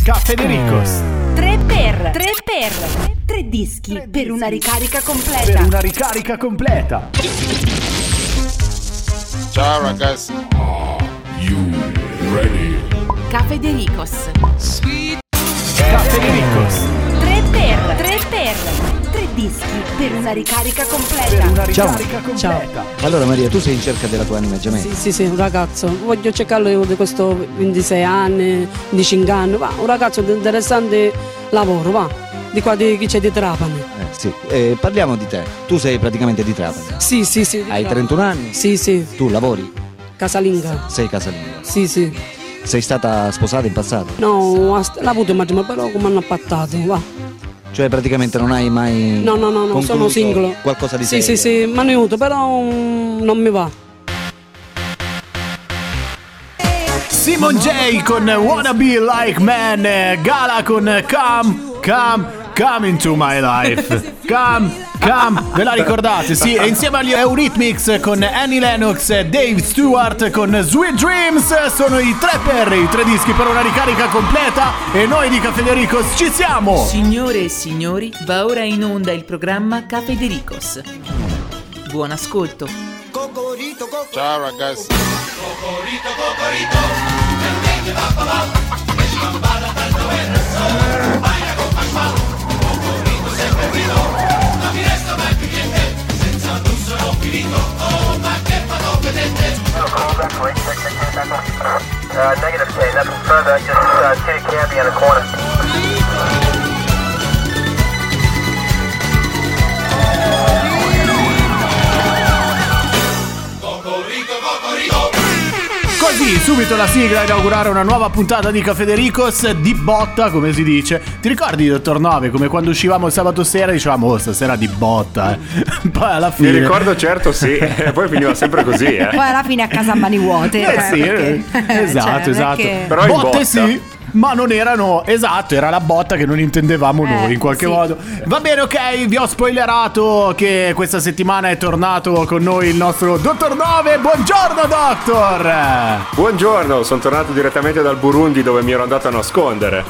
Cafedericos. 3 dischi per una ricarica completa. Ciao ragazzi. You ready? Cafedericos. Cafedericos. 3 dischi per una ricarica completa. Ciao. Allora Maria, tu sei in cerca della tua anima gemella? Sì, un ragazzo. Voglio cercarlo io di questo 26 anni, 25 anni. Va, un ragazzo di interessante lavoro, va. Di qua di chi c'è di Trapani. Sì. Parliamo di te. Tu sei praticamente di Trapani. Sì. Hai 31 anni? Sì. Tu lavori? Casalinga. Sei casalinga? Sì. Sei stata sposata in passato? No, l'ho avuto il matrimonio, però come hanno appattato, va. Cioè praticamente non hai mai No, sono singolo. Qualcosa di serio? Sì, mi hanno aiutato, però non mi va. Simon J con Wanna Be Like Man. Gala con Come into my life. Come. Ve la ricordate? Sì, e insieme agli Eurythmics con Annie Lennox e Dave Stewart con Sweet Dreams sono i 3 dischi per una ricarica completa. E noi di Cafedericos ci siamo. Signore e signori, va ora in onda il programma Cafedericos. Buon ascolto. Ciao ragazzi. Negative 10, nothing further, just see a cabbie in the corner. Così, subito la sigla a inaugurare una nuova puntata di Cafedericos di botta, come si dice. Ti ricordi, Dottor Nove, come quando uscivamo il sabato sera dicevamo stasera di botta, Poi alla fine... Mi ricordo, certo, sì. Poi finiva sempre così, Poi alla fine a casa a mani vuote. Esatto. Perché... Però in botte botta. sì, ma non erano, esatto, era la botta che non intendevamo noi in qualche modo. Va bene, ok, vi ho spoilerato che questa settimana è tornato con noi il nostro Dottor Nove. Buongiorno, Doctor. Buongiorno, sono tornato direttamente dal Burundi dove mi ero andato a nascondere.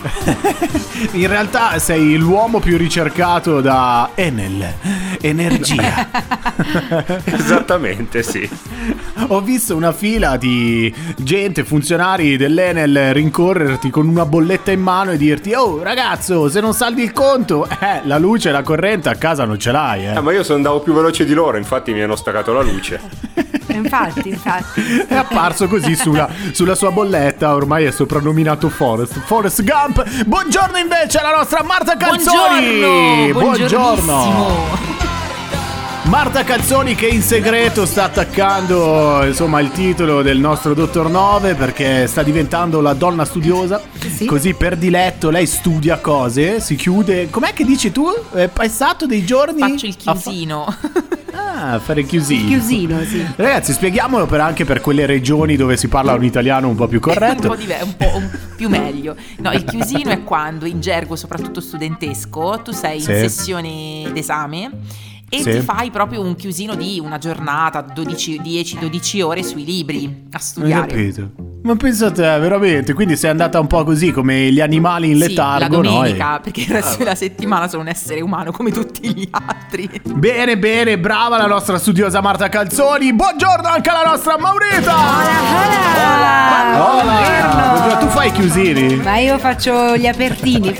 In realtà sei l'uomo più ricercato da Enel Energia. Esattamente, sì. Ho visto una fila di gente, funzionari dell'Enel rincorrerti con una bolletta in mano e dirti: oh ragazzo, se non saldi il conto, la luce e la corrente a casa non ce l'hai, Ma io andavo più veloce di loro, infatti mi hanno staccato la luce. Infatti. È apparso così sulla sua bolletta. Ormai è soprannominato Forrest Gump. Buongiorno invece alla nostra Marta Calzoni. Buongiorno. Marta Calzoni, che in segreto sta attaccando il titolo del nostro Dottor Nove, perché sta diventando la donna studiosa. Sì. Così per diletto lei studia cose, si chiude. Com'è che dici tu? È passato dei giorni? Faccio il chiusino. Fare il chiusino. Il chiusino, sì. Ragazzi, spieghiamolo anche per quelle regioni dove si parla un italiano un po' più corretto. un po' più meglio. No, il chiusino è quando in gergo, soprattutto studentesco, tu sei in sessione d'esame e ti fai proprio un chiusino di una giornata, 10-12 ore sui libri a studiare. Ho capito. Ma pensa a te, veramente? Quindi sei andata un po' così come gli animali in letargo, la domenica, perché il resto della settimana sono un essere umano come tutti gli altri. Bene, brava la nostra studiosa Marta Calzoni. Buongiorno anche alla nostra Maurita. Hola. Tu fai i chiusini? Ma io faccio gli apertini,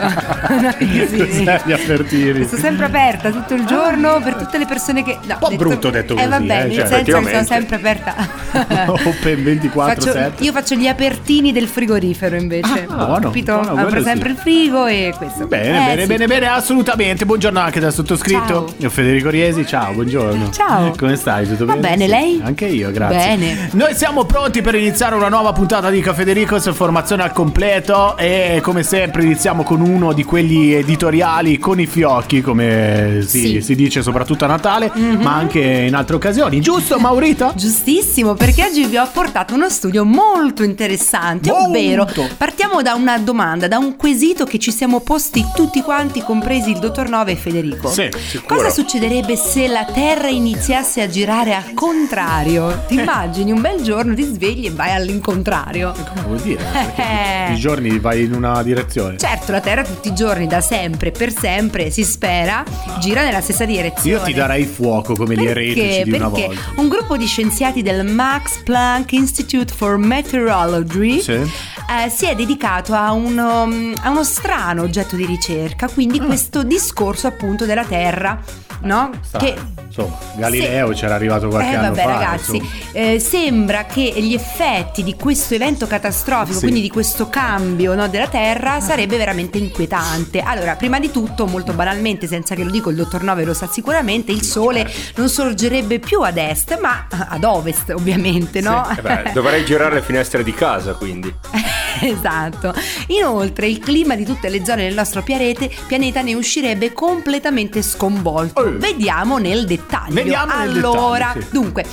Gli apertini. Sto sempre aperta tutto il giorno per tutte le persone che... No, un po' brutto detto così. Va bene, nel senso che sono sempre aperta. Open 24/7. Io faccio gli apertini del frigorifero invece. Buono, capito? buono, Apro sempre il frigo e questo. Bene, assolutamente. Buongiorno anche dal sottoscritto. Ciao. Io Federico Riesi, ciao, buongiorno. Ciao. Come stai? Tutto bene? Va bene, lei? Anche io, grazie. Bene. Noi siamo pronti per iniziare una nuova puntata di Cafedericos, formazione al completo, e come sempre iniziamo con uno di quelli editoriali con i fiocchi, come si dice soprattutto a Natale, ma anche in altre occasioni. Giusto, Maurita? Giustissimo, perché oggi vi ho portato uno studio molto molto interessanti, ovvero partiamo da una domanda, da un quesito che ci siamo posti tutti quanti, compresi il dottor Nove e Federico. Sì, sicuro. Cosa succederebbe se la Terra iniziasse a girare al contrario? Ti immagini un bel giorno ti svegli e vai all'incontrario? Come vuol dire? Perché tutti i giorni vai in una direzione. Certo, la Terra tutti i giorni, da sempre, per sempre, si spera, gira nella stessa direzione. Io ti darei fuoco come gli eretici di una volta. Perché un gruppo di scienziati del Max Planck Institute for Meteorology si è dedicato a uno strano oggetto di ricerca, quindi questo discorso appunto della Terra, no? Che insomma, Galileo c'era arrivato qualche anno fa. Ragazzi, sembra che gli effetti di questo evento catastrofico, quindi di questo cambio, no, della Terra, sarebbe veramente inquietante. Allora, prima di tutto, molto banalmente, senza che lo dico, il dottor Nove lo sa sicuramente, il Sole non sorgerebbe più ad est, ma ad ovest, ovviamente, no? Dovrei girare le finestre di casa, quindi. Esatto. Inoltre il clima di tutte le zone del nostro pianeta ne uscirebbe completamente sconvolto. Vediamo nel dettaglio. Dunque,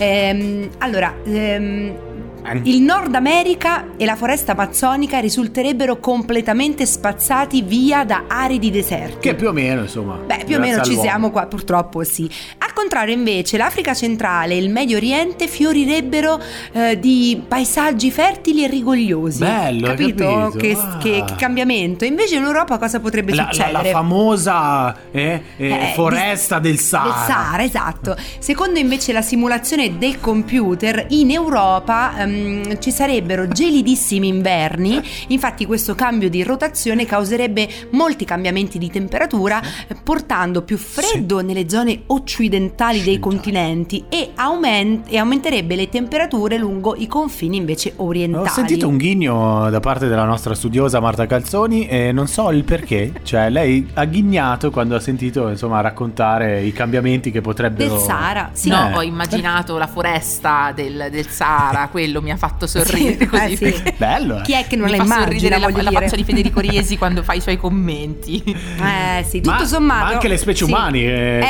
il Nord America e la foresta amazzonica risulterebbero completamente spazzati via da aridi deserti. Che più o meno, insomma. Più o meno ci siamo qua, purtroppo sì. Al contrario, invece, l'Africa centrale e il Medio Oriente fiorirebbero di paesaggi fertili e rigogliosi. Bello, capito? Che cambiamento. Invece in Europa cosa potrebbe succedere? La famosa foresta del Sahara. Del Sahara, esatto. Secondo invece la simulazione del computer, in Europa ci sarebbero gelidissimi inverni. Infatti questo cambio di rotazione causerebbe molti cambiamenti di temperatura, portando più freddo nelle zone occidentali dei continenti e aumenterebbe le temperature lungo i confini invece orientali. Ho sentito un ghigno da parte della nostra studiosa Marta Calzoni e non so il perché, cioè lei ha ghignato quando ha sentito, insomma, raccontare i cambiamenti che potrebbero... Del Sahara, sì. No, ho immaginato la foresta del Sahara, quello mi ha fatto sorridere così. Sì. Bello. Chi è che non la immagina? La faccia di Federico Riesi quando fa i suoi commenti. Sì, tutto sommato. Ma anche le specie umane,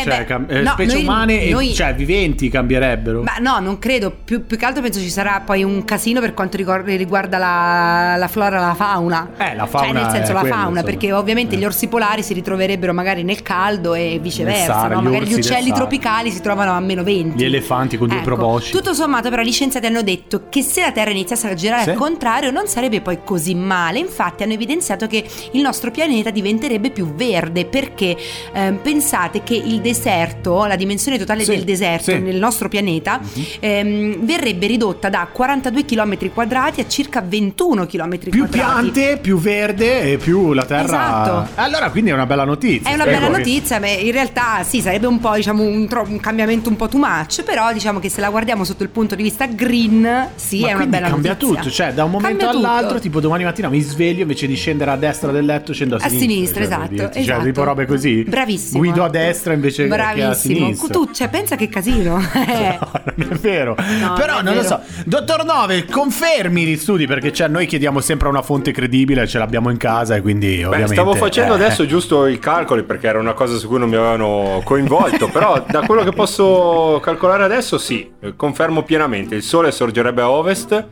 cioè viventi cambierebbero. Ma no, non credo. Più che altro penso ci sarà poi un casino per quanto riguarda la flora e la fauna. La fauna. Cioè, nel senso, la fauna, insomma. Perché ovviamente gli orsi polari si ritroverebbero magari nel caldo e viceversa. Sahara, no? Magari gli uccelli tropicali si trovano a meno 20. Gli elefanti con due probosci. Tutto sommato, però, gli scienziati hanno detto che se la Terra iniziasse a girare al contrario non sarebbe poi così male. Infatti hanno evidenziato che il nostro pianeta diventerebbe più verde, perché pensate che il deserto, la dimensione totale del deserto nel nostro pianeta verrebbe ridotta da 42 km quadrati a circa 21 km quadrati. Più piante, più verde e più la Terra. Esatto. Allora quindi è una bella notizia. È una bella notizia, ma in realtà sì, sarebbe un po', diciamo, un cambiamento un po' too much, però diciamo che se la guardiamo sotto il punto di vista green, sì, è una bella cambia notizia. Tutto, cioè da un momento all'altro, tipo domani mattina mi sveglio, invece di scendere a destra del letto scendo a sinistra. Esatto. Cioè tipo robe così. Bravissimo. Guido a destra invece che a sinistra. Tu, cioè, pensa che casino. No, non è vero. Però non lo so. Dottor Nove, confermi gli studi, perché noi chiediamo sempre una fonte credibile, ce l'abbiamo in casa e quindi ovviamente. Stavo facendo adesso giusto i calcoli, perché era una cosa su cui non mi avevano coinvolto, però da quello che posso calcolare adesso sì, confermo pienamente. Il sole sorgerebbe a ovest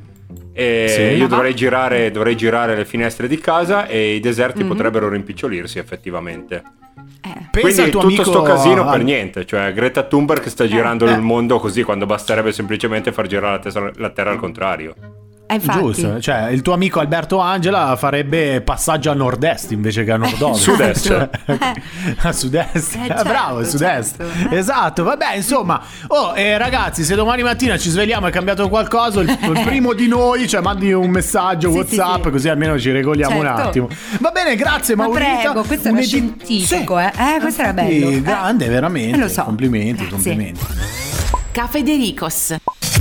e io dovrei girare le finestre di casa e i deserti potrebbero rimpicciolirsi effettivamente. Quindi tutto sto casino per niente, cioè Greta Thunberg sta girando il mondo così, quando basterebbe semplicemente far girare la Terra al contrario. Giusto, cioè il tuo amico Alberto Angela farebbe passaggio a nord-est invece che a nord-ovest. Sud-est. A sud-est. Certo, bravo, sud-est. Esatto, vabbè, insomma. Ragazzi, se domani mattina ci svegliamo e è cambiato qualcosa, il primo di noi, cioè mandi un messaggio WhatsApp, così almeno ci regoliamo un attimo. Va bene, grazie Maurita. Prego, questo era scientifico, questo era bello. Grande, veramente. Lo so. Complimenti. Cafedericos.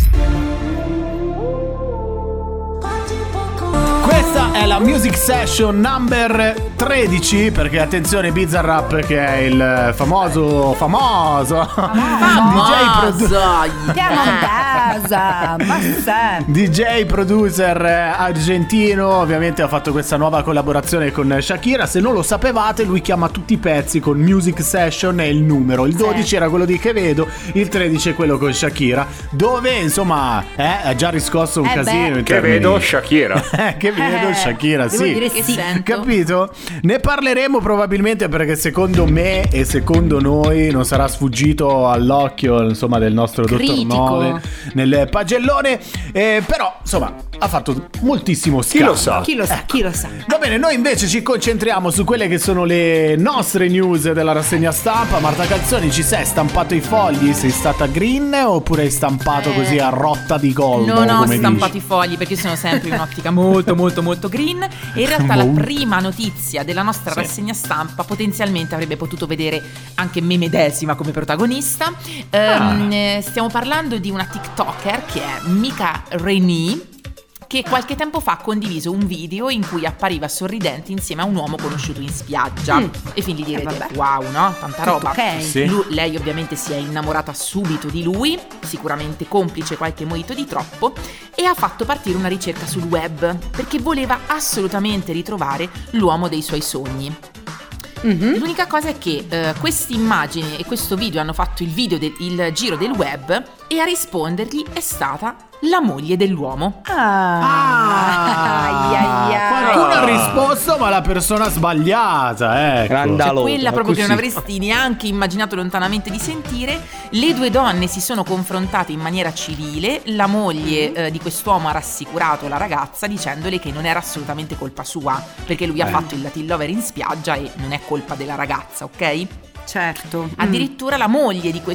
Questa è la Music Session number 13, perché attenzione, Bizarrap, che è il famoso DJ Chiamo casa, ma DJ producer argentino, ovviamente ha fatto questa nuova collaborazione con Shakira. Se non lo sapevate, lui chiama tutti i pezzi con Music Session e il numero. Il 12 era quello di Quevedo, il 13 è quello con Shakira, dove insomma ha già riscosso un casino. Quevedo, Shakira. Quevedo, Shakira, sì. Dire sì. Capito? Ne parleremo probabilmente, perché secondo me e secondo noi non sarà sfuggito all'occhio, insomma, del nostro dottor Nove nel pagellone, però insomma ha fatto moltissimo scambio. Chi lo sa. Va bene, noi invece ci concentriamo su quelle che sono le nostre news della rassegna stampa. Marta Calzoni, ci sei stampato i fogli? Sei stata green oppure hai stampato così a rotta di golbo? Non ho stampato i fogli, perché io sono sempre in un'ottica molto molto molto green, e in realtà la prima notizia della nostra rassegna stampa potenzialmente avrebbe potuto vedere anche me medesima come protagonista. Stiamo parlando di una TikToker che è Mika Rainey, che qualche tempo fa ha condiviso un video in cui appariva sorridente insieme a un uomo conosciuto in spiaggia. E fin lì direte wow, no? Tanta roba. Lei ovviamente si è innamorata subito di lui, sicuramente complice qualche mojito di troppo, e ha fatto partire una ricerca sul web perché voleva assolutamente ritrovare l'uomo dei suoi sogni. L'unica cosa è che queste immagini e questo video hanno fatto il giro del web, e a rispondergli è stata la moglie dell'uomo. Qualcuno ha risposto, ma la persona sbagliata, ecco. Cioè, quella proprio che non avresti neanche immaginato lontanamente di sentire. Le due donne si sono confrontate in maniera civile. La moglie di quest'uomo ha rassicurato la ragazza dicendole che non era assolutamente colpa sua, perché lui ha fatto il Latin Lover in spiaggia e non è colpa della ragazza, ok? Certo. Addirittura la moglie di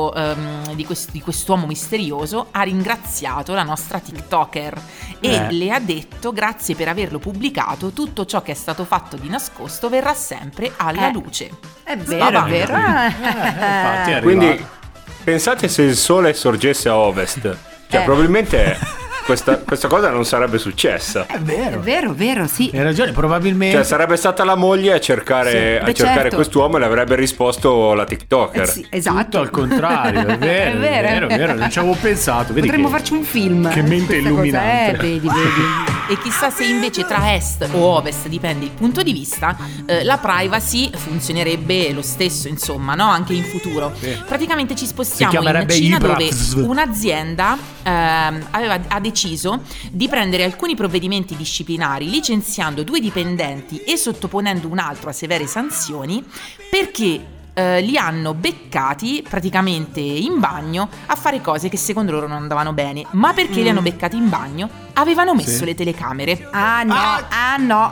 quest'uomo misterioso ha ringraziato la nostra TikToker e le ha detto: grazie per averlo pubblicato, tutto ciò che è stato fatto di nascosto verrà sempre alla luce. È vero, è vero. Infatti quindi pensate se il sole sorgesse a ovest, cioè probabilmente questa cosa non sarebbe successa. È vero. È vero, sì. Hai ragione, probabilmente. Cioè sarebbe stata la moglie a cercare certo. quest'uomo, e le avrebbe risposto la TikToker. Sì, esatto. Tutto al contrario, è vero. È vero, non ci avevo pensato. Vedi, potremmo farci un film. Che mente illuminante. Vedi. E chissà se invece tra est o ovest, dipende il punto di vista, la privacy funzionerebbe lo stesso, insomma, no? Anche in futuro. Sì. Praticamente ci spostiamo in Cina, dove un'azienda ha deciso di prendere alcuni provvedimenti disciplinari, licenziando 2 dipendenti e sottoponendo un altro a severe sanzioni, perché li hanno beccati praticamente in bagno a fare cose che secondo loro non andavano bene. Ma perché li hanno beccati in bagno? Avevano messo le telecamere. No.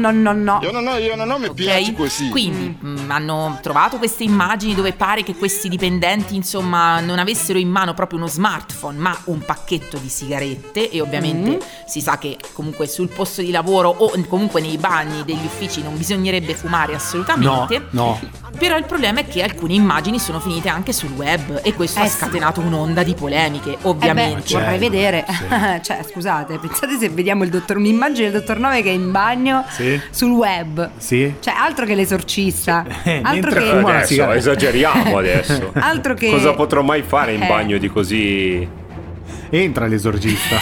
Io non mi piace così. Quindi hanno trovato queste immagini dove pare che questi dipendenti, insomma, non avessero in mano proprio uno smartphone, ma un pacchetto di sigarette. E ovviamente si sa che comunque sul posto di lavoro o comunque nei bagni degli uffici non bisognerebbe fumare assolutamente. No. Però il problema è che alcune immagini sono finite anche sul web, e questo ha scatenato un'onda di polemiche, ovviamente. Vorrei vedere. Cioè, scusate, pensate se vediamo un'immagine del dottor Nove che è in bagno sul web. Sì. Cioè, altro che l'esorcista. Altro che adesso esageriamo adesso. Altro che cosa potrò mai fare in bagno di così? Entra l'esorcista.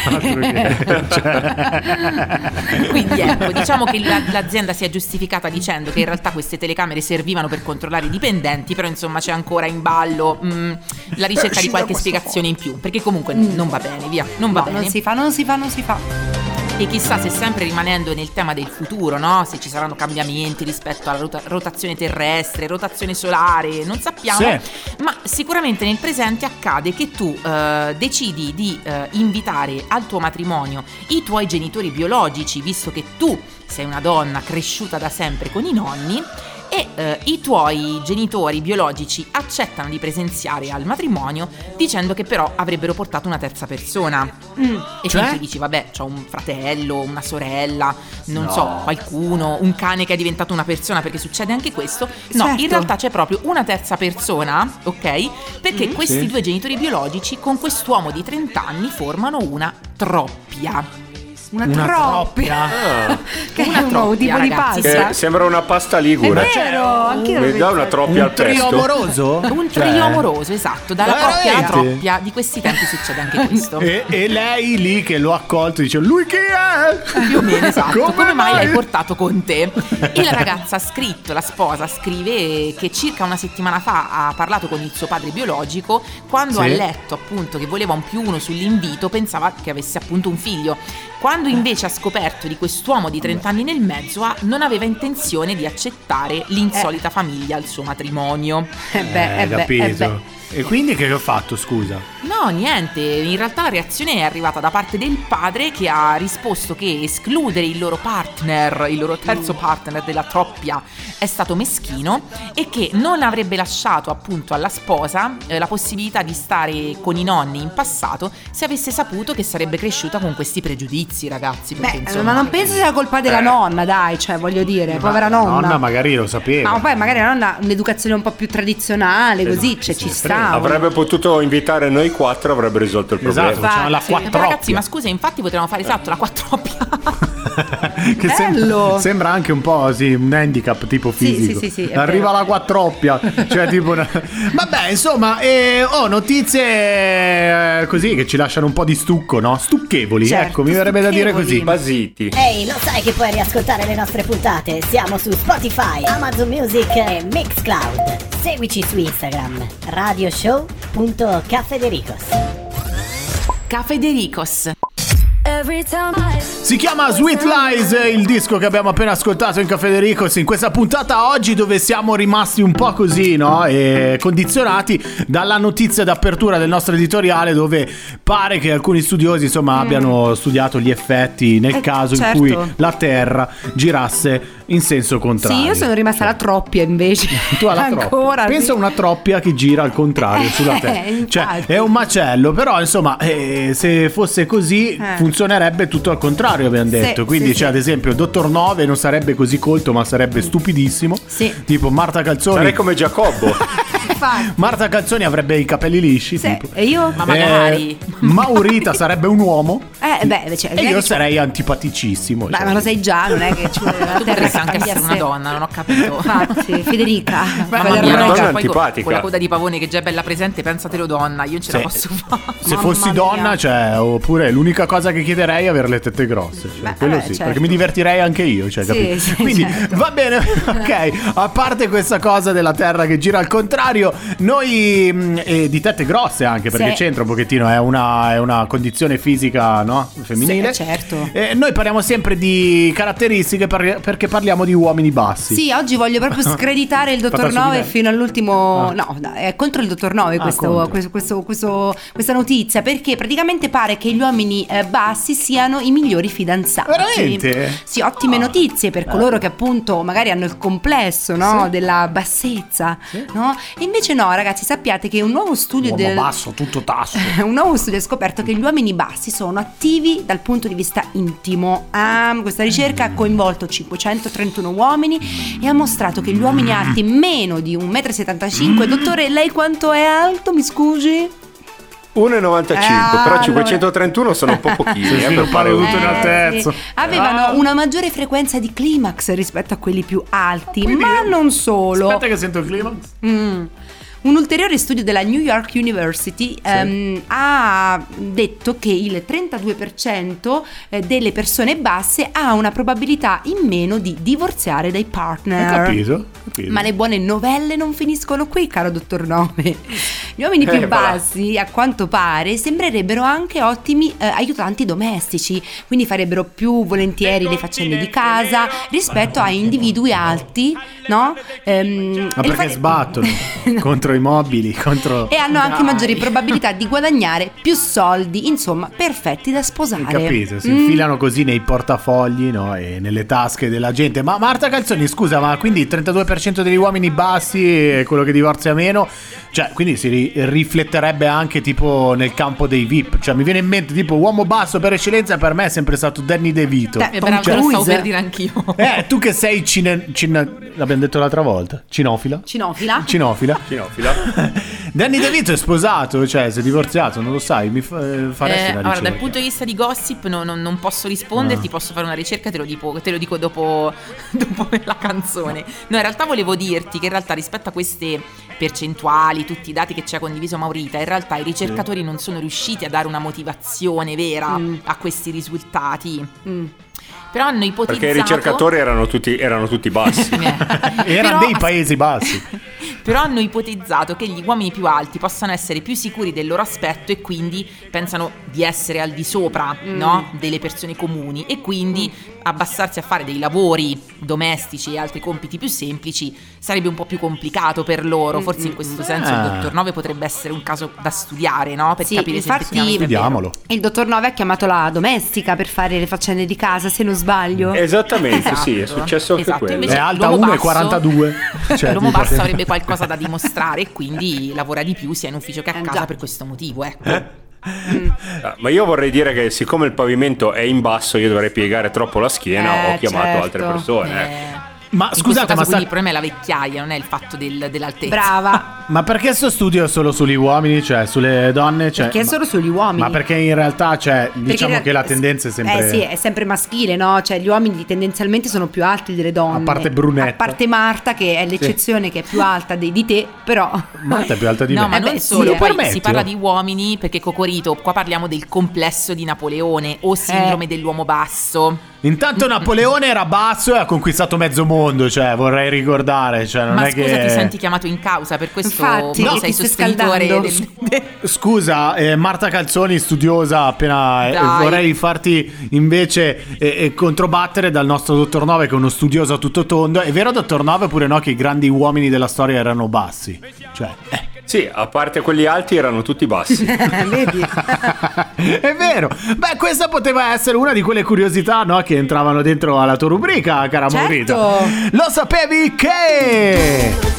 Quindi ecco, diciamo che l'azienda si è giustificata dicendo che in realtà queste telecamere servivano per controllare i dipendenti, però insomma c'è ancora in ballo la ricerca di qualche spiegazione in più, perché comunque non va bene, via, non va bene. Non si fa. E chissà se, sempre rimanendo nel tema del futuro, no? Se ci saranno cambiamenti rispetto alla rotazione terrestre, rotazione solare, non sappiamo. Ma sicuramente nel presente accade che tu decidi di invitare al tuo matrimonio i tuoi genitori biologici, visto che tu sei una donna cresciuta da sempre con i nonni, e i tuoi genitori biologici accettano di presenziare al matrimonio, dicendo che però avrebbero portato una terza persona. E tu dici: vabbè, c'ho un fratello, una sorella, non so, qualcuno, un cane che è diventato una persona, perché succede anche questo. No, in realtà c'è proprio una terza persona, ok? Perché questi 2 genitori biologici con quest'uomo di 30 anni formano una troppia. Una troppia. Che una un nuovo tipo ragazzi. di pasta. Sembra una pasta ligure. È vero, anch'io Mi dà una troppia al pesto. Un trio amoroso? Un trio amoroso, esatto. Dalla coppia alla troppia. Di questi tempi succede anche questo. E lei lì che lo ha accolto dice: lui chi è? Più o meno, esatto. Come mai mai l'hai portato con te? E la ragazza ha scritto, la sposa scrive che circa una settimana fa ha parlato con il suo padre biologico. Quando ha letto appunto che voleva un +1 sull'invito, pensava che avesse appunto un figlio. Quando invece ha scoperto di quest'uomo di 30 anni nel mezzo, non aveva intenzione di accettare l'insolita famiglia al suo matrimonio. Capito. E quindi che ho fatto, scusa? No, niente, in realtà la reazione è arrivata da parte del padre, che ha risposto che escludere il loro partner, il loro terzo partner della troppia, è stato meschino, e che non avrebbe lasciato appunto alla sposa la possibilità di stare con i nonni in passato se avesse saputo che sarebbe cresciuta con questi pregiudizi, ragazzi. Perché, ma non penso sia colpa della nonna, dai, cioè voglio dire, povera nonna. La nonna magari lo sapeva. Ma poi magari la nonna ha un'educazione un po' più tradizionale, così, cioè ci sta. Avrebbe potuto invitare noi 4, avrebbe risolto il problema. Esatto, facciamo la quattroppia. Ragazzi, ma scusa, infatti potevamo fare la quattroppia. Che sembra anche un po' un handicap tipo fisico. Sì, arriva la quattroppia, cioè tipo vabbè, insomma, notizie così che ci lasciano un po' di stucco, no? Stucchevoli, certo, ecco, mi verrebbe da dire così. Basiti. Ehi, lo sai che puoi riascoltare le nostre puntate? Siamo su Spotify, Amazon Music e Mixcloud. Seguici su Instagram, radioshow.cafedericos. Cafedericos. Si chiama Sweet Lies, il disco che abbiamo appena ascoltato in Cafedericos in questa puntata oggi, dove siamo rimasti un po' così, no? E condizionati dalla notizia d'apertura del nostro editoriale, dove pare che alcuni studiosi abbiano studiato gli effetti nel caso in cui la Terra girasse in senso contrario. Sì, io sono rimasta alla troppia invece. Tu alla troppia. Pensa a una troppia che gira al contrario sulla Terra. Cioè è un macello, però insomma se fosse così funzionerebbe tutto al contrario, abbiamo detto. Quindi ad esempio il Dottor Nove non sarebbe così colto, ma sarebbe stupidissimo. Tipo Marta Calzoni. Sarei come Giacobbo. Marta Calzoni avrebbe i capelli lisci, tipo. E io? Ma magari Maurita sarebbe un uomo. E io sarei antipaticissimo. Beh, ma lo sai già, non è che ci vuole la Terra anche essere una donna, non ho capito. Infatti, Federica. Una donna antipatica. Con la coda di pavone che già è bella presente, pensatelo donna, io non ce la posso fare. Se fossi donna, oppure l'unica cosa che chiederei è avere le tette grosse. Quello sì, perché mi divertirei anche io, capito? Quindi va bene, ok. A parte questa cosa della Terra che gira al contrario, noi di tette grosse anche, perché c'entra un pochettino, è una condizione fisica, no? Femminile. Certo. Noi parliamo sempre di caratteristiche perché parliamo di uomini bassi. Sì, oggi voglio proprio screditare il Dottor Nove fino all'ultimo. No, è contro il Dottor Nove questa notizia, perché praticamente pare che gli uomini bassi siano i migliori fidanzati. Veramente? Sì, ottime notizie per coloro che appunto magari hanno il complesso, no? Della bassezza, no? E invece no, ragazzi, sappiate che un nuovo studio basso, tutto tasso. Un nuovo studio ha scoperto che gli uomini bassi sono attivi dal punto di vista intimo. Questa ricerca ha coinvolto 531 uomini e ha mostrato che gli uomini alti meno di 1,75 m. Dottore, lei quanto è alto, mi scusi? 1,95, però 531 sono un po' pochini per fare tutto in altezza. Avevano una maggiore frequenza di climax rispetto a quelli più alti. Ma non solo. Aspetta che sento il climax. Un ulteriore studio della New York University ha detto che il 32% delle persone basse ha una probabilità in meno di divorziare dai partner. Capito. Ma le buone novelle non finiscono qui, caro Dottor Nove. Gli uomini più bassi, a quanto pare, sembrerebbero anche ottimi aiutanti domestici, quindi farebbero più volentieri le faccende di casa rispetto a individui alti, no? Ma perché sbattono contro i mobili, e hanno anche maggiori probabilità di guadagnare più soldi, insomma, perfetti da sposare. Capito, si infilano così nei portafogli, no? E nelle tasche della gente. Ma Marta Calzoni, scusa, ma quindi il 32% degli uomini bassi è quello che divorzia meno? Cioè, quindi si rifletterebbe anche tipo nel campo dei VIP. Cioè, mi viene in mente tipo uomo basso per eccellenza, per me è sempre stato Danny DeVito. Lo stavo per dire anch'io. Tu che sei l'abbiamo detto l'altra volta, cinofila. Danny DeVito è sposato, cioè si è divorziato, non lo sai, mi faresti una ricerca. Allora, dal punto di vista di gossip non posso risponderti, posso fare una ricerca, te lo dico dopo la canzone. No, in realtà volevo dirti che in realtà rispetto a queste percentuali, tutti i dati che ci ha condiviso Maurita, in realtà i ricercatori non sono riusciti a dare una motivazione vera a questi risultati. Però hanno ipotizzato, perché i ricercatori erano tutti bassi. Erano dei paesi bassi. Però hanno ipotizzato che gli uomini più alti possano essere più sicuri del loro aspetto e quindi pensano di essere al di sopra, no? Delle persone comuni, e quindi abbassarsi a fare dei lavori domestici e altri compiti più semplici sarebbe un po' più complicato per loro. Forse in questo senso il dottor Nove potrebbe essere un caso da studiare, no? Per capire se effettivamente vediamolo. Il dottor Nove ha chiamato la domestica per fare le faccende di casa, se non sbaglio. Esattamente, esatto. Sì, è successo anche quello. È alta 1,42. Cioè, l'uomo basso avrebbe qualcosa da dimostrare e quindi lavora di più sia in ufficio che a casa per questo motivo, ecco. Ma io vorrei dire che siccome il pavimento è in basso, io dovrei piegare troppo la schiena, ho chiamato altre persone. Ma scusate, ma il problema è la vecchiaia, non è il fatto dell'altezza. Brava. Ma perché sto studio è solo sugli uomini, cioè sulle donne? Cioè, perché è solo sugli uomini? Ma perché in realtà, cioè, diciamo che la tendenza è sempre... sì, è sempre maschile, no? Cioè gli uomini tendenzialmente sono più alti delle donne. A parte Brunetta. A parte Marta, che è l'eccezione, che è più alta di te, però... Marta è più alta di me. No, ma non solo, poi si parla di uomini, perché Cocorito, qua parliamo del complesso di Napoleone o sindrome dell'uomo basso. Intanto Napoleone era basso e ha conquistato mezzo mondo, cioè vorrei ricordare, cioè non ma è scusa, che... ti senti chiamato in causa per questo? Infatti, no, sei sostenitore Scusa, Marta Calzoni, studiosa appena, vorrei farti invece controbattere dal nostro dottor Nove, che è uno studioso a tutto tondo. È vero, dottor Nove, oppure no, che i grandi uomini della storia erano bassi? Cioè sì, a parte quelli alti erano tutti bassi. Vedi? È vero. Beh, questa poteva essere una di quelle curiosità, no, che entravano dentro alla tua rubrica, cara Maurita. Lo sapevi che...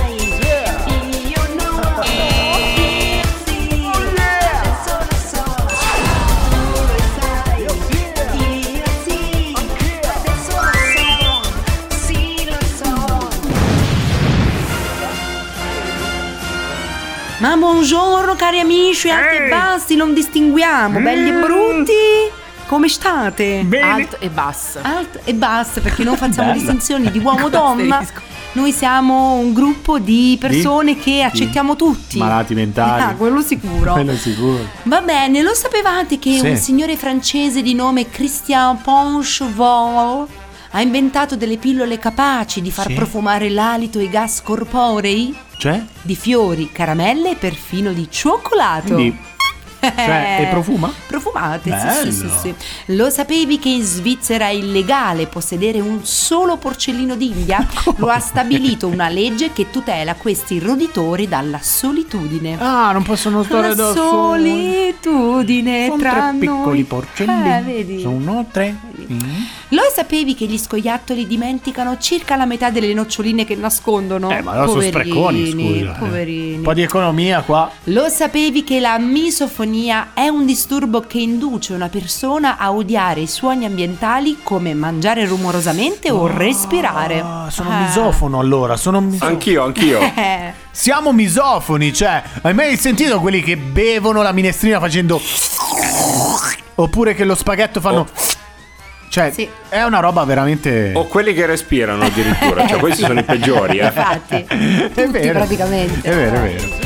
Ma buongiorno cari amici, alti e bassi, non distinguiamo, belli e brutti. Come state? Bene. Alto e basso. Alto e basso, perché non facciamo distinzioni di uomo-donna. Noi siamo un gruppo di persone che accettiamo tutti. Malati mentali. Quello sicuro. Quello sicuro. Va bene, lo sapevate che un signore francese di nome Christian Poncheval ha inventato delle pillole capaci di far profumare l'alito e i gas corporei? Cioè? Di fiori, caramelle e perfino di cioccolato. Quindi, cioè, e profuma? Profumate, Bello. sì. Lo sapevi che in Svizzera è illegale possedere un solo porcellino d'India? Lo ha stabilito una legge che tutela questi roditori dalla solitudine. Ah, non possono stare da soli. Solitudine Sono tra tre noi. piccoli porcellini. Vedi? Sono tre. Lo sapevi che gli scoiattoli dimenticano circa la metà delle noccioline che nascondono? Ma no, sono spreconi, scusa. Poverini. Un po' di economia qua. Lo sapevi che la misofonia è un disturbo che induce una persona a odiare i suoni ambientali come mangiare rumorosamente o respirare? Sono misofono allora, Anch'io. Siamo misofoni, cioè, hai mai sentito quelli che bevono la minestrina facendo... Oppure che lo spaghetto fanno... Cioè, è una roba veramente... O quelli che respirano addirittura, cioè questi sono i peggiori, Infatti, è tutti vero, praticamente. È vero.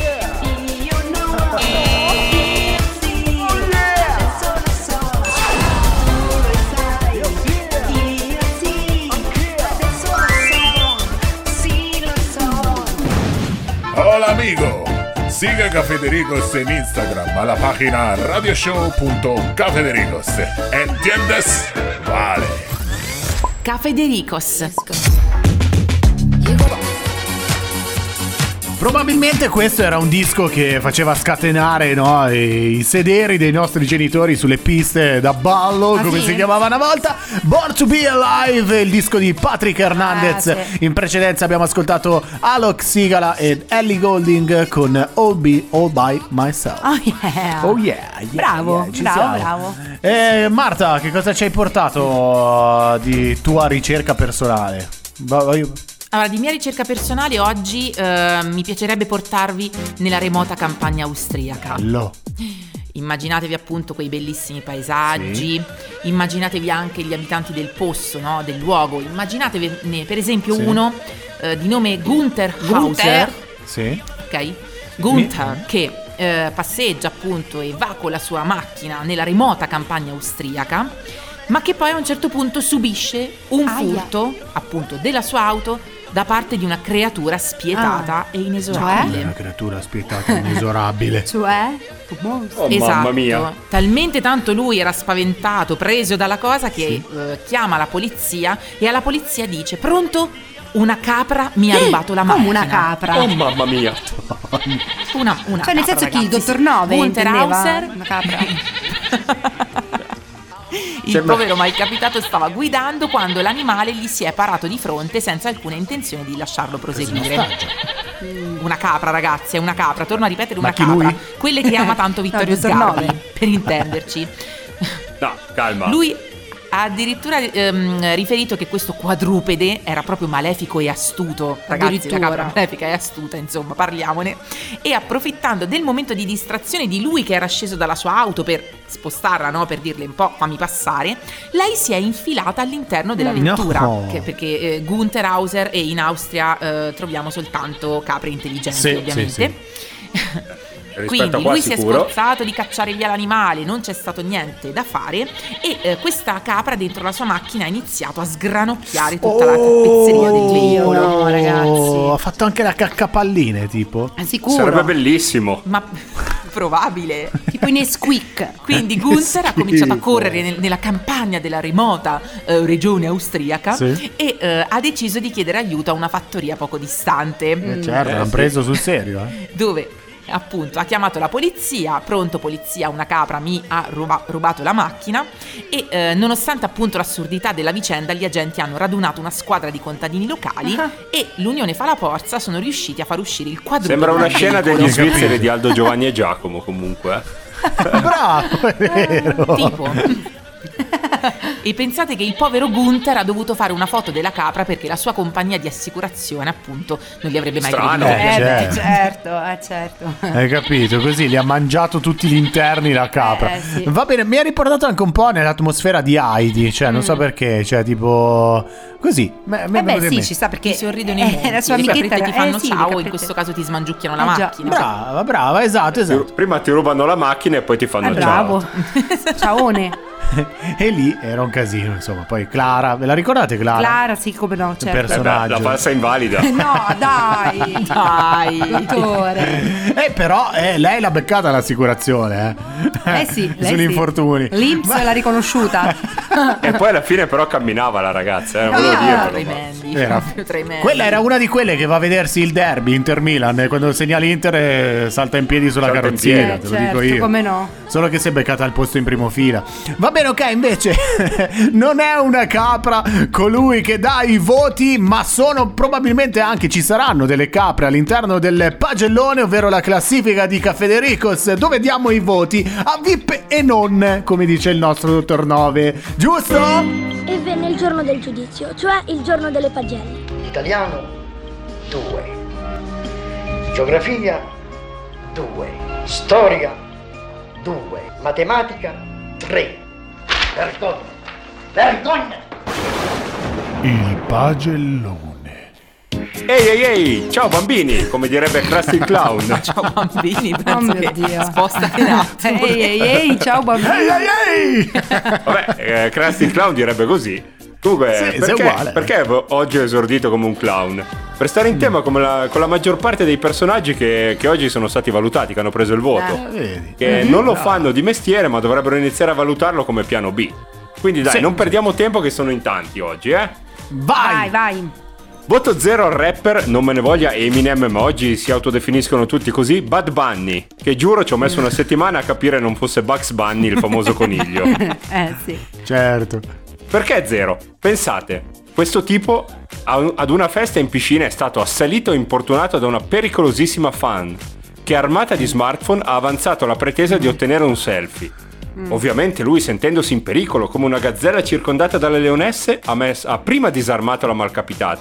Hola amigo, siga Cafedericos en Instagram a la página radioshow.cafedericos. ¿Entiendes? Vale. Cafedericos. Probabilmente questo era un disco che faceva scatenare, no, i sederi dei nostri genitori sulle piste da ballo, come si chiamava una volta. Born to be Alive, il disco di Patrick Hernandez. In precedenza abbiamo ascoltato Alok Sigala ed Ellie Goulding con All By Myself. Oh yeah. Bravo. Marta, che cosa ci hai portato di tua ricerca personale? Allora, di mia ricerca personale oggi mi piacerebbe portarvi nella remota campagna austriaca. Immaginatevi appunto quei bellissimi paesaggi, immaginatevi anche gli abitanti del posto, no? Del luogo. Immaginatevi per esempio uno di nome Gunther Hauser. Ok? Gunther che passeggia appunto e va con la sua macchina nella remota campagna austriaca, ma che poi a un certo punto subisce un furto appunto della sua auto da parte di una creatura spietata e inesorabile. Una creatura spietata e inesorabile. Mamma mia. Talmente tanto lui era spaventato, preso dalla cosa, che chiama la polizia e alla polizia dice: pronto? Una capra mi ha rubato la macchina. Come una capra? Oh mamma mia. Una cioè nel senso capra, che il dottor Nove Gunther Hauser, una capra. Il povero malcapitato stava guidando quando l'animale gli si è parato di fronte senza alcuna intenzione di lasciarlo proseguire. Una capra, ragazzi, è una capra. Torno a ripetere, una capra. Lui? Quelle che ama tanto Vittorio Sgarbi, per intenderci. No, calma. Lui ha addirittura riferito che questo quadrupede era proprio malefico e astuto. Ragazzi, la capra malefica e astuta, insomma, parliamone. E approfittando del momento di distrazione di lui che era sceso dalla sua auto per spostarla, no? Per dirle un po' fammi passare, lei si è infilata all'interno della vettura. Perché Gunther Hauser, e in Austria troviamo soltanto capre intelligenti, ovviamente. Quindi lui si è sforzato di cacciare via l'animale, non c'è stato niente da fare e questa capra dentro la sua macchina ha iniziato a sgranocchiare tutta la tappezzeria del veicolo. No, ragazzi. Ha fatto anche la caccapalline, tipo. Sicuro. Sarebbe bellissimo. Ma probabile. Tipo in Nesquik. Quindi Gunther ha cominciato a correre nella campagna della remota regione austriaca e ha deciso di chiedere aiuto a una fattoria poco distante. Certo, l'hanno preso sul serio. Dove appunto ha chiamato la polizia. Pronto polizia, una capra mi ha rubato la macchina. E nonostante appunto l'assurdità della vicenda, gli agenti hanno radunato una squadra di contadini locali e l'unione fa la forza, sono riusciti a far uscire il quadrupede. Sembra una scena degli svizzeri di Aldo, Giovanni e Giacomo, comunque. Bravo, è vero. Tipo. E pensate che il povero Gunther ha dovuto fare una foto della capra perché la sua compagnia di assicurazione appunto non gli avrebbe mai creduto. Certo. Hai capito? Così li ha mangiato tutti gli interni la capra. Sì. Va bene, mi ha riportato anche un po' nell'atmosfera di Heidi, cioè non so perché, cioè tipo così. Sì, ci sta perché ti sorridono i monti, la sua amichetta ti fanno ciao, in questo caso ti smangiucchiano la macchina. Brava, esatto. Prima ti rubano la macchina e poi ti fanno bravo. Ciaone. E lì era un casino, insomma. Poi Clara, ve la ricordate Clara? Clara, sì, come no, certo. Personaggio. La falsa invalida. No, dai, dottore. Però lei l'ha beccata l'assicurazione, sì, sugli infortuni. L'Inps l'ha riconosciuta. E poi alla fine però camminava la ragazza, volevo dirlo. Tremendi. Quella era una di quelle che va a vedersi il derby Inter-Milan, quando segna l'Inter salta in piedi sulla carrozzina, te lo dico io. Come no? Solo che si è beccata al posto in primo fila. Va bene, ok, invece non è una capra colui che dà i voti, ma sono probabilmente anche, ci saranno delle capre all'interno del pagellone, ovvero la classifica di Cafedericos, dove diamo i voti a VIP e non, come dice il nostro dottor Nove, giusto? E venne il giorno del giudizio, cioè il giorno delle pagelle. Italiano 2, geografia 2, storia 2, matematica 3. Vergogna! Il pagellone. Ehi, ciao bambini, come direbbe Krusty il Clown. Ciao bambini, penso che spostati un attimo. Ehi, ciao bambini. Ehi. Vabbè, Krusty il Clown direbbe così. Comunque, perché oggi ho esordito come un clown? Per stare in tema con la maggior parte dei personaggi che oggi sono stati valutati, che hanno preso il voto. Che non lo fanno di mestiere, ma dovrebbero iniziare a valutarlo come piano B. Quindi dai, non perdiamo tempo che sono in tanti oggi, Vai. Voto 0 al rapper, non me ne voglia Eminem, ma oggi si autodefiniscono tutti così, Bad Bunny, che giuro ci ho messo una settimana a capire non fosse Bugs Bunny, il famoso coniglio. Sì. Certo. Perché 0? Pensate, questo tipo ad una festa in piscina è stato assalito e importunato da una pericolosissima fan che, armata di smartphone, ha avanzato la pretesa di ottenere un selfie. Ovviamente lui, sentendosi in pericolo come una gazzella circondata dalle leonesse, ha prima disarmato la malcapitata,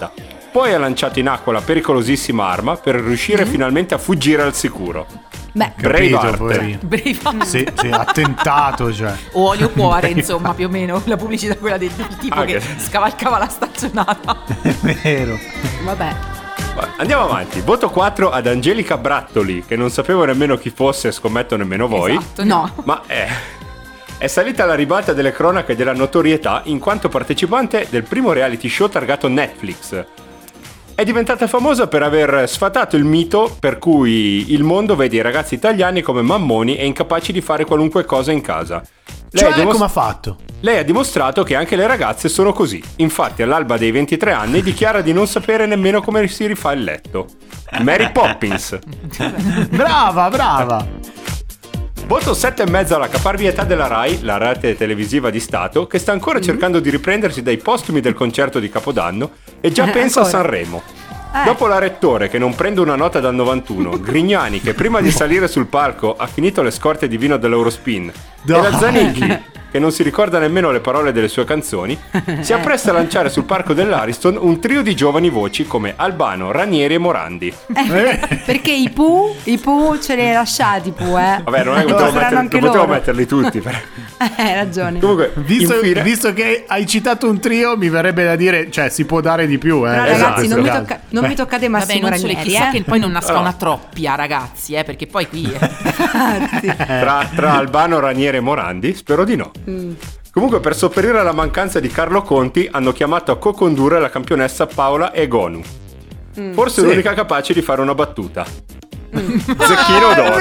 poi ha lanciato in acqua la pericolosissima arma per riuscire finalmente a fuggire al sicuro. Beh, Braveheart. Sì, attentato, cioè. O Olio Cuore, insomma, più o meno la pubblicità quella del tipo che scavalcava la stazionata. È vero. Vabbè. Andiamo avanti. Voto 4 ad Angelica Brattoli, che non sapevo nemmeno chi fosse e scommetto nemmeno voi. Esatto, no. Ma è salita alla ribalta delle cronache della notorietà in quanto partecipante del primo reality show targato Netflix. È diventata famosa per aver sfatato il mito per cui il mondo vede i ragazzi italiani come mammoni e incapaci di fare qualunque cosa in casa. Come ha fatto? Lei ha dimostrato che anche le ragazze sono così. Infatti, all'alba dei 23 anni dichiara di non sapere nemmeno come si rifà il letto. Mary Poppins. Brava. Voto 7,5 alla caparbietà della Rai, la rete televisiva di Stato, che sta ancora cercando di riprendersi dai postumi del concerto di Capodanno e già pensa a Sanremo. Dopo la Rettore che non prende una nota dal 91, Grignani che prima di salire sul palco ha finito le scorte di vino dell'Eurospin e la Zanicchi che non si ricorda nemmeno le parole delle sue canzoni, si appresta a lanciare sul palco dell'Ariston un trio di giovani voci come Albano, Ranieri e Morandi. Perché i Pooh ce li hai lasciati, Vabbè, non è che potevo metterli tutti. Hai ragione. Comunque, visto che hai citato un trio, mi verrebbe da dire, cioè si può dare di più. Però ragazzi, non mi toccate Massimo Ranieri. Chissà che poi non nasca una troppia, ragazzi, perché poi qui tra Albano, Ranieri e Morandi, spero di no. Comunque, per sopperire alla mancanza di Carlo Conti, hanno chiamato a co-condurre la campionessa Paola Egonu. Forse l'unica capace di fare una battuta. Zecchino d'oro.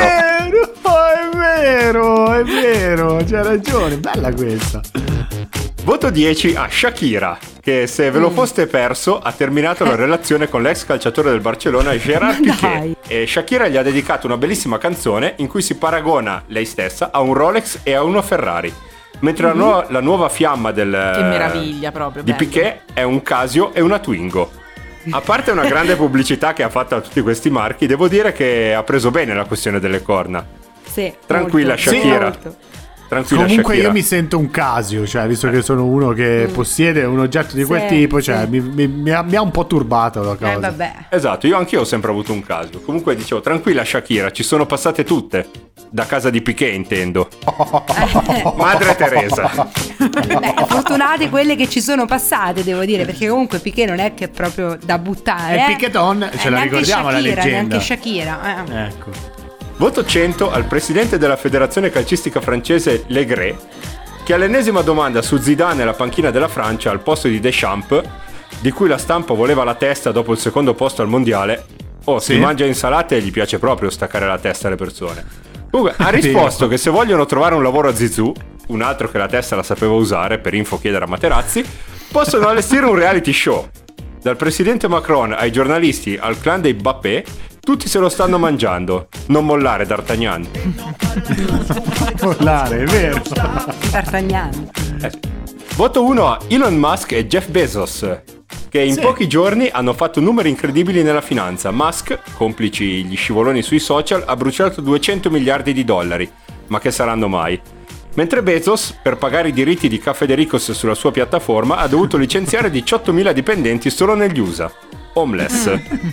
È vero, c'ha ragione, bella questa. Voto 10 a Shakira, che se ve lo foste perso ha terminato la relazione con l'ex calciatore del Barcellona Gerard Piqué. E Shakira gli ha dedicato una bellissima canzone in cui si paragona lei stessa a un Rolex e a uno Ferrari. Mentre la nuova fiamma che meraviglia proprio di Piqué è un Casio e una Twingo. A parte una grande pubblicità che ha fatto a tutti questi marchi, devo dire che ha preso bene la questione delle corna. Sì, tranquilla molto. Shakira. Tranquilla, comunque Shakira. Io mi sento un Casio, cioè visto che sono uno che possiede un oggetto di quel tipo, cioè mi ha un po' turbato la cosa. Vabbè. Esatto, anch'io ho sempre avuto un Casio. Comunque dicevo, tranquilla Shakira, ci sono passate tutte. Da casa di Piqué, intendo. Madre Teresa. Beh, fortunate quelle che ci sono passate, devo dire, perché comunque Piqué non è che è proprio da buttare. E Piqueton, ce la ricordiamo Shakira, la leggenda. Neanche Shakira. Ecco. Voto 100 al presidente della federazione calcistica francese Legret, che all'ennesima domanda su Zidane e la panchina della Francia al posto di Deschamps, di cui la stampa voleva la testa dopo il secondo posto al mondiale, si mangia insalate e gli piace proprio staccare la testa alle persone. Comunque ha risposto che se vogliono trovare un lavoro a Zizou, un altro che la testa la sapeva usare, per info chiedere a Materazzi, possono allestire un reality show. Dal presidente Macron ai giornalisti al clan dei Bappé, tutti se lo stanno mangiando. Non mollare, D'Artagnan. Mollare, è vero. D'Artagnan. Voto 1 a Elon Musk e Jeff Bezos, che in pochi giorni hanno fatto numeri incredibili nella finanza. Musk, complici gli scivoloni sui social, ha bruciato 200 miliardi di dollari. Ma che saranno mai? Mentre Bezos, per pagare i diritti di Caffè De Ricos sulla sua piattaforma, ha dovuto licenziare 18.000 dipendenti solo negli USA. Homeless.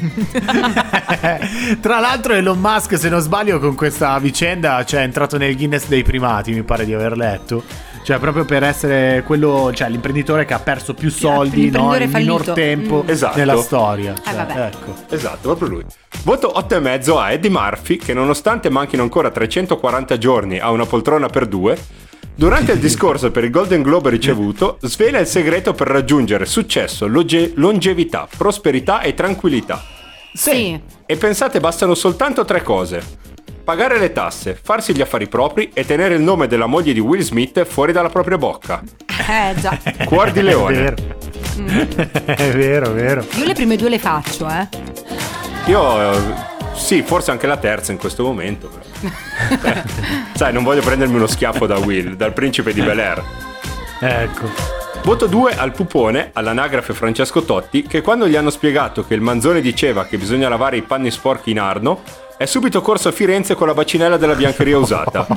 Tra l'altro Elon Musk, se non sbaglio, con questa vicenda è entrato nel Guinness dei primati, mi pare di aver letto. Cioè proprio per essere quello, cioè l'imprenditore che ha perso più soldi in minor tempo nella storia. Ecco. Esatto, proprio lui. Voto 8,5 a Eddie Murphy, che nonostante manchino ancora 340 giorni a una poltrona per due, durante il discorso per il Golden Globe ricevuto, svela il segreto per raggiungere successo, longevità, prosperità e tranquillità. Sì. E pensate, bastano soltanto 3 cose: pagare le tasse, farsi gli affari propri e tenere il nome della moglie di Will Smith fuori dalla propria bocca. Già. Cuor di leone. È vero, vero. Io le prime 2 le faccio, Io sì, forse anche la terza in questo momento, però. Sai, non voglio prendermi uno schiaffo da Will, dal principe di Bel-Air. Ecco. Voto 2 al pupone, all'anagrafe Francesco Totti, che quando gli hanno spiegato che il Manzone diceva che bisogna lavare i panni sporchi in Arno, è subito corso a Firenze con la bacinella della biancheria usata.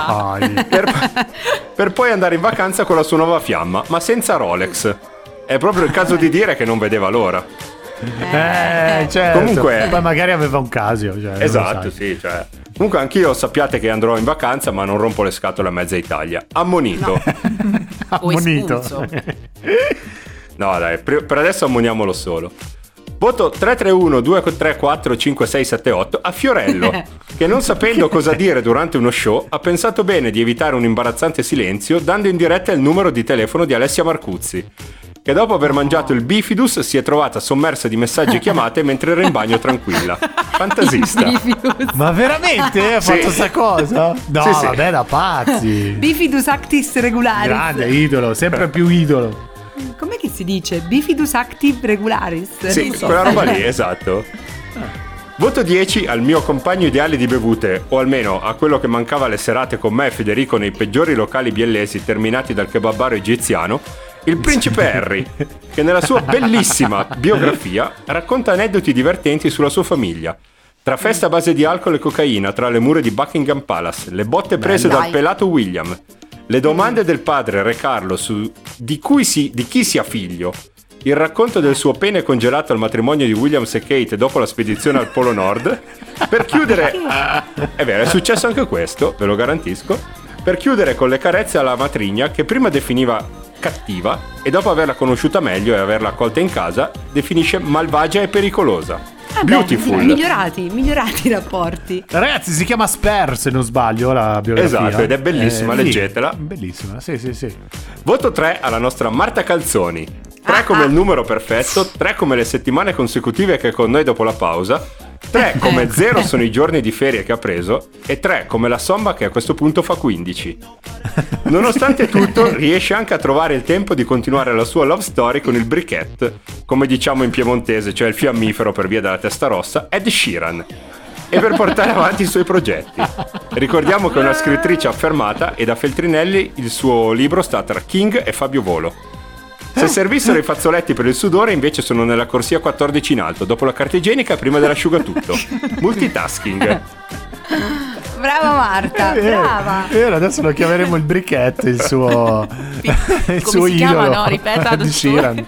per poi andare in vacanza con la sua nuova fiamma, ma senza Rolex. È proprio il caso di dire che non vedeva l'ora. Certo. Comunque, poi magari aveva un Casio. Cioè, esatto, sì, cioè. Comunque anch'io sappiate che andrò in vacanza, ma non rompo le scatole a mezza Italia. Ammonito. Ammonito. No, dai, per adesso ammoniamolo solo. Voto 331 234 5678 a Fiorello, che non sapendo cosa dire durante uno show ha pensato bene di evitare un imbarazzante silenzio dando in diretta il numero di telefono di Alessia Marcuzzi, che dopo aver mangiato il bifidus si è trovata sommersa di messaggi e chiamate mentre era in bagno tranquilla. Fantasista. Ma veramente? Ha fatto sta cosa? No, Sì. vabbè, da pazzi. Bifidus actis regularis. Grande idolo, sempre più idolo. Com'è che si dice? Bifidus active regularis? Sì, quella roba lì, esatto. Voto 10 al mio compagno ideale di bevute, o almeno a quello che mancava alle serate con me e Federico nei peggiori locali biellesi terminati dal kebabaro egiziano, il principe Harry, che nella sua bellissima biografia racconta aneddoti divertenti sulla sua famiglia. Tra festa a base di alcol e cocaina tra le mura di Buckingham Palace, le botte prese dal pelato William, le domande del padre Re Carlo su di chi sia figlio, il racconto del suo pene congelato al matrimonio di Williams e Kate dopo la spedizione al Polo Nord. Per chiudere, è vero, è successo anche questo, ve lo garantisco. Per chiudere con le carezze alla matrigna che prima definiva cattiva e dopo averla conosciuta meglio e averla accolta in casa definisce malvagia e pericolosa. Beautiful. Migliorati i rapporti. Ragazzi, si chiama Spare, se non sbaglio, la biografia. Esatto, ed è bellissima, leggetela. Bellissima, sì. Voto 3 alla nostra Marta Calzoni. 3 come il numero perfetto, 3 come le settimane consecutive che è con noi dopo la pausa, 3 come 0 sono i giorni di ferie che ha preso e 3 come la somma che a questo punto fa 15. Nonostante tutto riesce anche a trovare il tempo di continuare la sua love story con il briquette, come diciamo in piemontese, cioè il fiammifero per via della testa rossa, Ed Sheeran, e per portare avanti i suoi progetti. Ricordiamo che è una scrittrice affermata e da Feltrinelli il suo libro sta tra King e Fabio Volo. Se servissero i fazzoletti per il sudore invece sono nella corsia 14 in alto, dopo la carta igienica prima dell'asciugatutto. Multitasking. Brava Marta, brava. Adesso lo chiameremo il briquette, il suo Come suo si idolo. chiama, no? Ripeta, di Sheeran.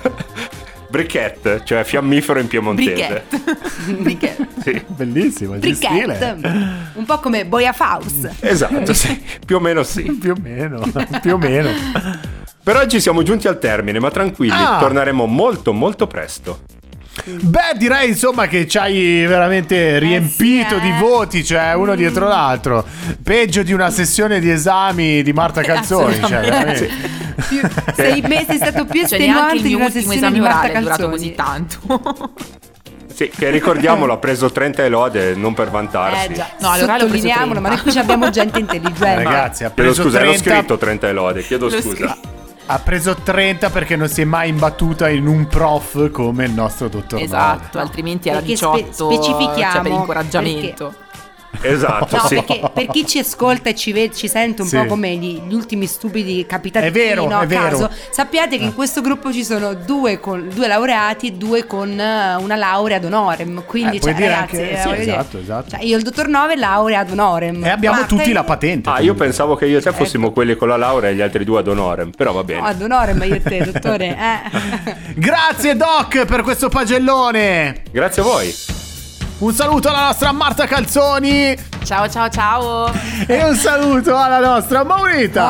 Briquette, cioè fiammifero in piemontese. Briquette. Sì. Bellissimo, che stile. Un po' come Boia Faust. Esatto, sì. Più o meno sì. Più o meno. Per oggi siamo giunti al termine, ma tranquilli, torneremo molto molto presto. Beh, direi insomma che ci hai veramente riempito di voti, cioè uno dietro l'altro. Peggio di una sessione di esami di Marta Calzoni, cioè veramente. Sei stato più estenuante di una sessione di Marta Calzoni. È durato così tanto. Sì, che ricordiamolo, ha preso 30 e lode, non per vantarsi. Già. No, allora sottolineiamolo, ma noi qui abbiamo gente intelligente. Ragazzi, ha Chiedo preso scusa, 30. l'ho scritto 30 e lode, chiedo scusa. Ha preso 30 perché non si è mai imbattuta in un prof come il nostro dottor Esatto, Nord. altrimenti era Perché 18, specifichiamo, cioè per incoraggiamento. Esatto, No, sì. perché per chi ci ascolta e ci sente un po' come gli ultimi stupidi capitati È vero, a è vero. caso, sappiate che in questo gruppo ci sono due laureati e 2 con una laurea ad honorem. Quindi, puoi cioè, dire ragazzi, anche- sì, voglio dire, esatto. cioè, io il dottor Nove laurea ad honorem. E abbiamo Marta tutti e- la patente. Ah, io pensavo che io e te fossimo quelli con la laurea e gli altri 2 ad honorem, però va bene. No, ad honorem io e te, dottore. Grazie Doc per questo pagellone. Grazie a voi. Un saluto alla nostra Marta Calzoni. Ciao ciao ciao. E un saluto alla nostra Maurita.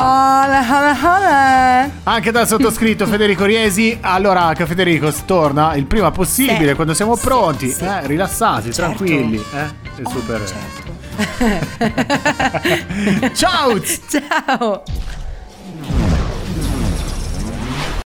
Anche dal sottoscritto Federico Riesi. Allora che Federico torna il prima possibile, quando siamo pronti, rilassati, tranquilli, è super. Certo. Ciao. Ciao.